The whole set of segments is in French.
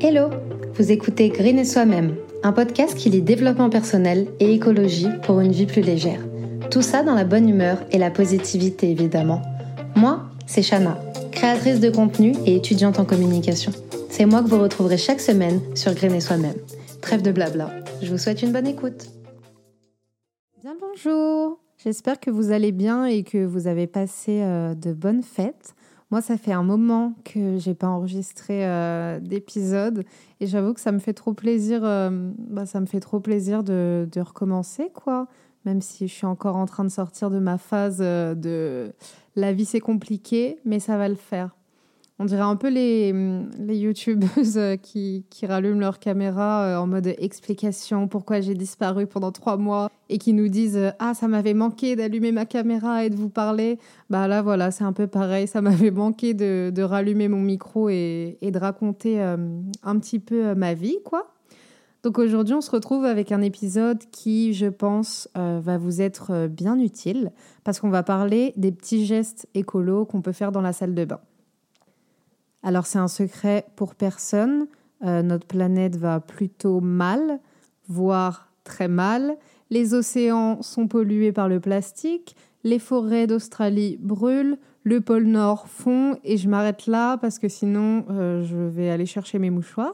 Hello, vous écoutez Green et Soi-même, un podcast qui lie développement personnel et écologie pour une vie plus légère. Tout ça dans la bonne humeur et la positivité évidemment. Moi, c'est Shana, créatrice de contenu et étudiante en communication. C'est moi que vous retrouverez chaque semaine sur Green et Soi-même. Trêve de blabla, je vous souhaite une bonne écoute. Bien bonjour, j'espère que vous allez bien et que vous avez passé de bonnes fêtes. Moi, ça fait un moment que j'ai pas enregistré d'épisode et j'avoue que ça me fait trop plaisir. De recommencer, quoi. Même si je suis encore en train de sortir de ma phase de la vie c'est compliqué, mais ça va le faire. On dirait un peu les youtubeuses qui rallument leur caméra en mode explication pourquoi j'ai disparu pendant 3 mois et qui nous disent « Ah, ça m'avait manqué d'allumer ma caméra et de vous parler ». Bah là, voilà, c'est un peu pareil. Ça m'avait manqué de rallumer mon micro et de raconter un petit peu ma vie, quoi. Donc aujourd'hui, on se retrouve avec un épisode qui, je pense, va vous être bien utile parce qu'on va parler des petits gestes écolos qu'on peut faire dans la salle de bain. Alors, c'est un secret pour personne. Notre planète va plutôt mal, voire très mal. Les océans sont pollués par le plastique. Les forêts d'Australie brûlent. Le pôle Nord fond. Et je m'arrête là parce que sinon, je vais aller chercher mes mouchoirs.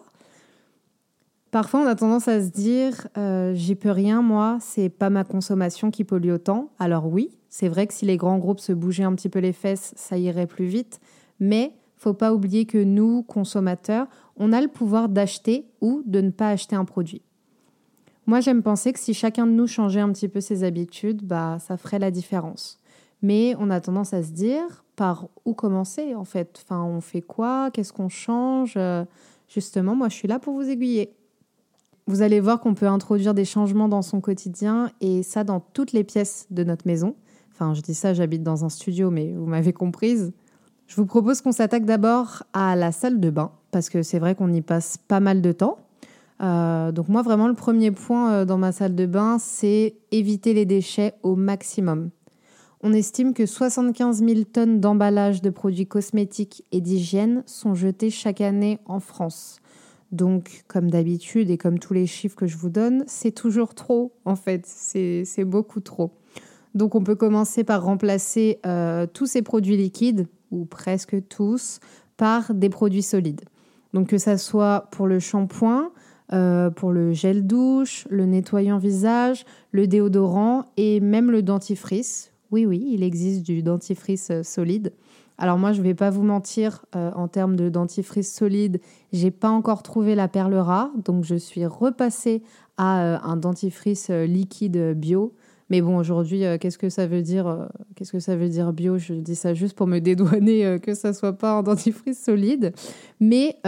Parfois, on a tendance à se dire j'y peux rien, moi, c'est pas ma consommation qui pollue autant. Alors oui, c'est vrai que si les grands groupes se bougeaient un petit peu les fesses, ça irait plus vite. Mais faut pas oublier que nous, consommateurs, on a le pouvoir d'acheter ou de ne pas acheter un produit. Moi, j'aime penser que si chacun de nous changeait un petit peu ses habitudes, ça ferait la différence. Mais on a tendance à se dire par où commencer, en fait. Enfin, on fait quoi? Qu'est-ce qu'on change? Justement, moi, je suis là pour vous aiguiller. Vous allez voir qu'on peut introduire des changements dans son quotidien et ça dans toutes les pièces de notre maison. Enfin, je dis ça, j'habite dans un studio, mais vous m'avez comprise. Je vous propose qu'on s'attaque d'abord à la salle de bain, parce que c'est vrai qu'on y passe pas mal de temps. Donc moi, vraiment, le premier point dans ma salle de bain, c'est éviter les déchets au maximum. On estime que 75 000 tonnes d'emballages de produits cosmétiques et d'hygiène sont jetés chaque année en France. Donc, comme d'habitude et comme tous les chiffres que je vous donne, c'est toujours trop, en fait. C'est beaucoup trop. Donc, on peut commencer par remplacer tous ces produits liquides, ou presque tous, par des produits solides. Donc que ça soit pour le shampoing, pour le gel douche, le nettoyant visage, le déodorant et même le dentifrice. Oui, il existe du dentifrice solide. Alors moi, je ne vais pas vous mentir, en termes de dentifrice solide, j'ai pas encore trouvé la perle rare, donc je suis repassée à un dentifrice liquide bio. Mais bon, aujourd'hui, qu'est-ce que ça veut dire bio? Je dis ça juste pour me dédouaner que ça soit pas un dentifrice solide. Mais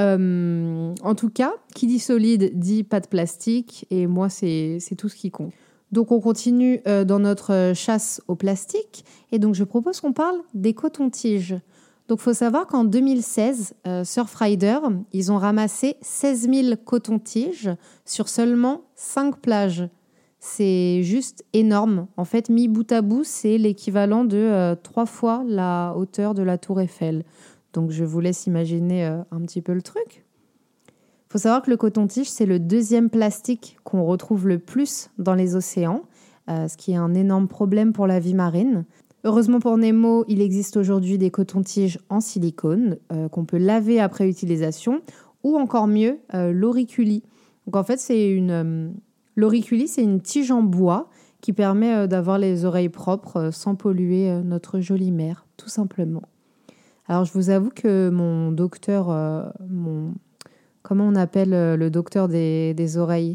en tout cas, qui dit solide dit pas de plastique. Et moi, c'est tout ce qui compte. Donc, on continue dans notre chasse au plastique. Et donc, je propose qu'on parle des cotons-tiges. Donc, il faut savoir qu'en 2016, Surfrider, ils ont ramassé 16 000 cotons-tiges sur seulement 5 plages. C'est juste énorme. En fait, mis bout à bout, c'est l'équivalent de 3 fois la hauteur de la tour Eiffel. Donc, je vous laisse imaginer un petit peu le truc. Il faut savoir que le coton-tige, c'est le deuxième plastique qu'on retrouve le plus dans les océans, ce qui est un énorme problème pour la vie marine. Heureusement pour Nemo, il existe aujourd'hui des cotons-tiges en silicone qu'on peut laver après utilisation, ou encore mieux, l'auriculi. Donc, en fait, l'auriculi, c'est une tige en bois qui permet d'avoir les oreilles propres sans polluer notre jolie mer, tout simplement. Alors, je vous avoue que mon docteur, comment on appelle le docteur des oreilles?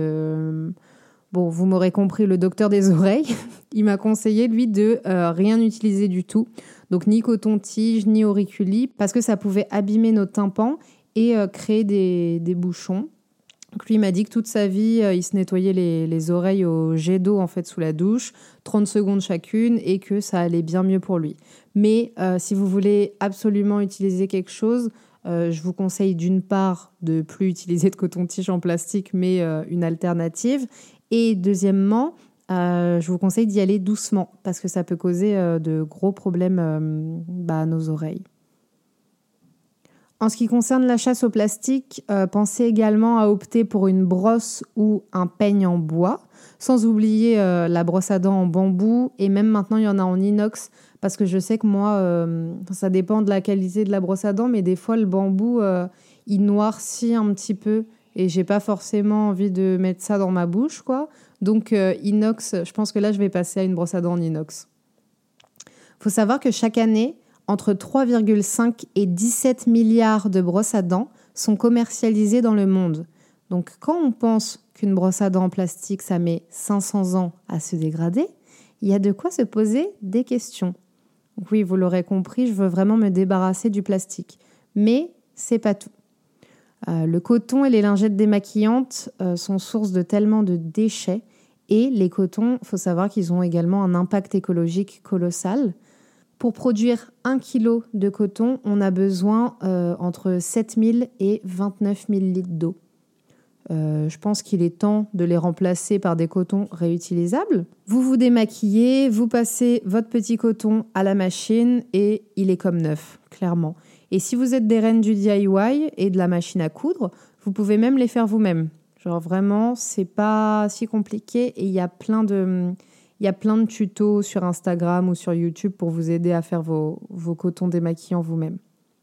Bon, vous m'aurez compris, le docteur des oreilles, il m'a conseillé, lui, de rien utiliser du tout. Donc, ni coton-tige, ni auriculi, parce que ça pouvait abîmer nos tympans et créer des bouchons. Donc lui, il m'a dit que toute sa vie, il se nettoyait les oreilles au jet d'eau en fait, sous la douche, 30 secondes chacune, et que ça allait bien mieux pour lui. Mais si vous voulez absolument utiliser quelque chose, je vous conseille d'une part de plus utiliser de coton-tige en plastique, mais une alternative. Et deuxièmement, je vous conseille d'y aller doucement, parce que ça peut causer de gros problèmes à nos oreilles. En ce qui concerne la chasse au plastique, pensez également à opter pour une brosse ou un peigne en bois, sans oublier la brosse à dents en bambou, et même maintenant il y en a en inox, parce que je sais que moi, ça dépend de la qualité de la brosse à dents, mais des fois le bambou, il noircit un petit peu, et j'ai pas forcément envie de mettre ça dans ma bouche, quoi. Donc inox, je pense que là je vais passer à une brosse à dents en inox. Il faut savoir que chaque année, entre 3,5 et 17 milliards de brosses à dents sont commercialisées dans le monde. Donc quand on pense qu'une brosse à dents en plastique, ça met 500 ans à se dégrader, il y a de quoi se poser des questions. Donc oui, vous l'aurez compris, je veux vraiment me débarrasser du plastique. Mais c'est pas tout. Le coton et les lingettes démaquillantes sont source de tellement de déchets. Et les cotons, il faut savoir qu'ils ont également un impact écologique colossal. Pour produire 1 kg de coton, on a besoin entre 7 000 et 29 000 litres d'eau. Je pense qu'il est temps de les remplacer par des cotons réutilisables. Vous vous démaquillez, vous passez votre petit coton à la machine et il est comme neuf, clairement. Et si vous êtes des reines du DIY et de la machine à coudre, vous pouvez même les faire vous-même. Genre vraiment, c'est pas si compliqué et il y a plein de tutos sur Instagram ou sur YouTube pour vous aider à faire vos cotons démaquillants vous-même.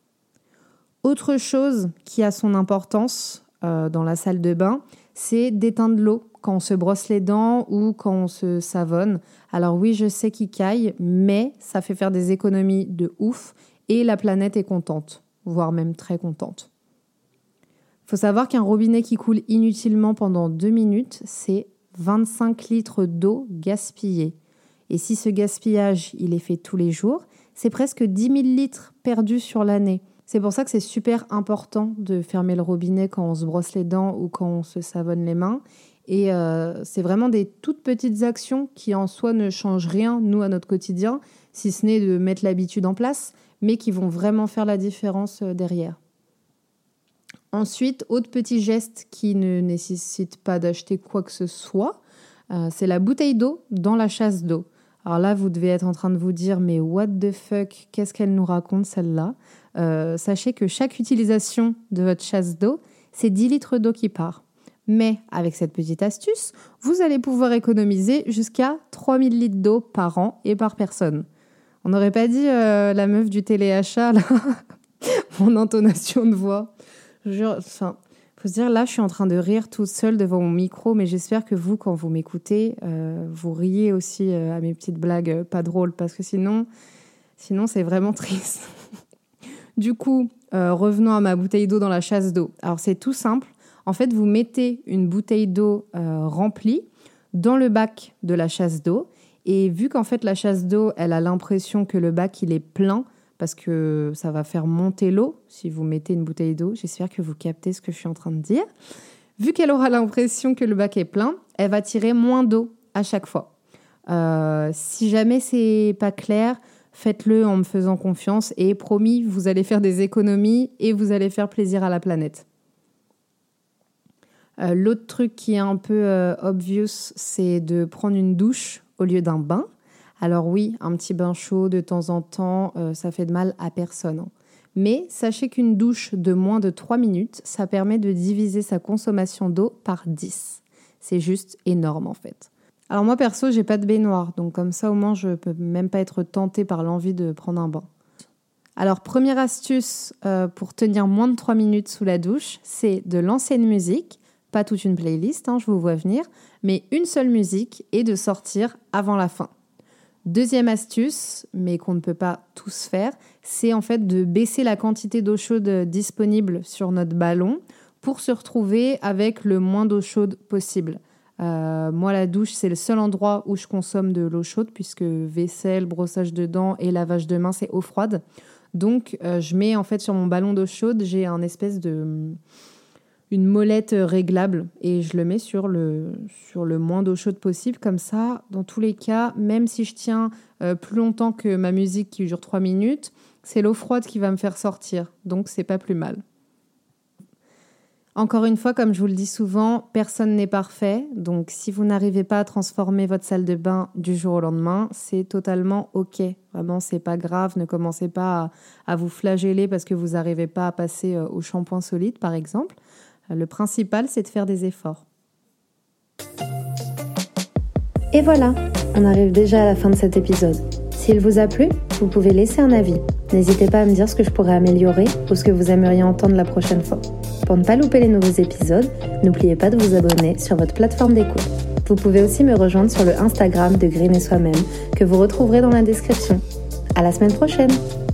Autre chose qui a son importance dans la salle de bain, c'est d'éteindre l'eau quand on se brosse les dents ou quand on se savonne. Alors oui, je sais qu'il caille, mais ça fait faire des économies de ouf et la planète est contente, voire même très contente. Il faut savoir qu'un robinet qui coule inutilement pendant 2 minutes, c'est 25 litres d'eau gaspillée. Et si ce gaspillage, il est fait tous les jours, c'est presque 10 000 litres perdus sur l'année. C'est pour ça que c'est super important de fermer le robinet quand on se brosse les dents ou quand on se savonne les mains. Et c'est vraiment des toutes petites actions qui en soi ne changent rien, nous, à notre quotidien, si ce n'est de mettre l'habitude en place, mais qui vont vraiment faire la différence derrière. Ensuite, autre petit geste qui ne nécessite pas d'acheter quoi que ce soit, c'est la bouteille d'eau dans la chasse d'eau. Alors là, vous devez être en train de vous dire, mais what the fuck, qu'est-ce qu'elle nous raconte celle-là ? Sachez que chaque utilisation de votre chasse d'eau, c'est 10 litres d'eau qui part. Mais avec cette petite astuce, vous allez pouvoir économiser jusqu'à 3000 litres d'eau par an et par personne. On n'aurait pas dit la meuf du téléachat, là, mon intonation de voix. Faut se dire, là, je suis en train de rire toute seule devant mon micro, mais j'espère que vous, quand vous m'écoutez, vous riez aussi à mes petites blagues pas drôles, parce que sinon c'est vraiment triste. Du coup, revenons à ma bouteille d'eau dans la chasse d'eau. Alors, c'est tout simple. En fait, vous mettez une bouteille d'eau remplie dans le bac de la chasse d'eau, et vu qu'en fait, la chasse d'eau, elle a l'impression que le bac, il est plein, parce que ça va faire monter l'eau si vous mettez une bouteille d'eau. J'espère que vous captez ce que je suis en train de dire. Vu qu'elle aura l'impression que le bac est plein, elle va tirer moins d'eau à chaque fois. Si jamais c'est pas clair, faites-le en me faisant confiance et promis, vous allez faire des économies et vous allez faire plaisir à la planète. L'autre truc qui est un peu obvious, c'est de prendre une douche au lieu d'un bain. Alors oui, un petit bain chaud de temps en temps, ça fait de mal à personne. Mais sachez qu'une douche de moins de 3 minutes, ça permet de diviser sa consommation d'eau par 10. C'est juste énorme en fait. Alors moi perso, j'ai pas de baignoire, donc comme ça au moins je peux même pas être tentée par l'envie de prendre un bain. Alors première astuce pour tenir moins de 3 minutes sous la douche, c'est de lancer une musique, pas toute une playlist, je vous vois venir, mais une seule musique et de sortir avant la fin. Deuxième astuce, mais qu'on ne peut pas tous faire, c'est en fait de baisser la quantité d'eau chaude disponible sur notre ballon pour se retrouver avec le moins d'eau chaude possible. Moi, la douche, c'est le seul endroit où je consomme de l'eau chaude puisque vaisselle, brossage de dents et lavage de mains, c'est eau froide. Donc, je mets en fait sur mon ballon d'eau chaude, j'ai un espèce de... une molette réglable et je le mets sur le moins d'eau chaude possible. Comme ça, dans tous les cas, même si je tiens plus longtemps que ma musique qui dure 3 minutes, c'est l'eau froide qui va me faire sortir. Donc, c'est pas plus mal. Encore une fois, comme je vous le dis souvent, personne n'est parfait. Donc, si vous n'arrivez pas à transformer votre salle de bain du jour au lendemain, c'est totalement OK. Vraiment, c'est pas grave. Ne commencez pas à vous flageller parce que vous n'arrivez pas à passer au shampoing solide, par exemple. Le principal, c'est de faire des efforts. Et voilà, on arrive déjà à la fin de cet épisode. S'il vous a plu, vous pouvez laisser un avis. N'hésitez pas à me dire ce que je pourrais améliorer ou ce que vous aimeriez entendre la prochaine fois. Pour ne pas louper les nouveaux épisodes, n'oubliez pas de vous abonner sur votre plateforme d'écoute. Vous pouvez aussi me rejoindre sur le Instagram de Green et Soi-même que vous retrouverez dans la description. À la semaine prochaine!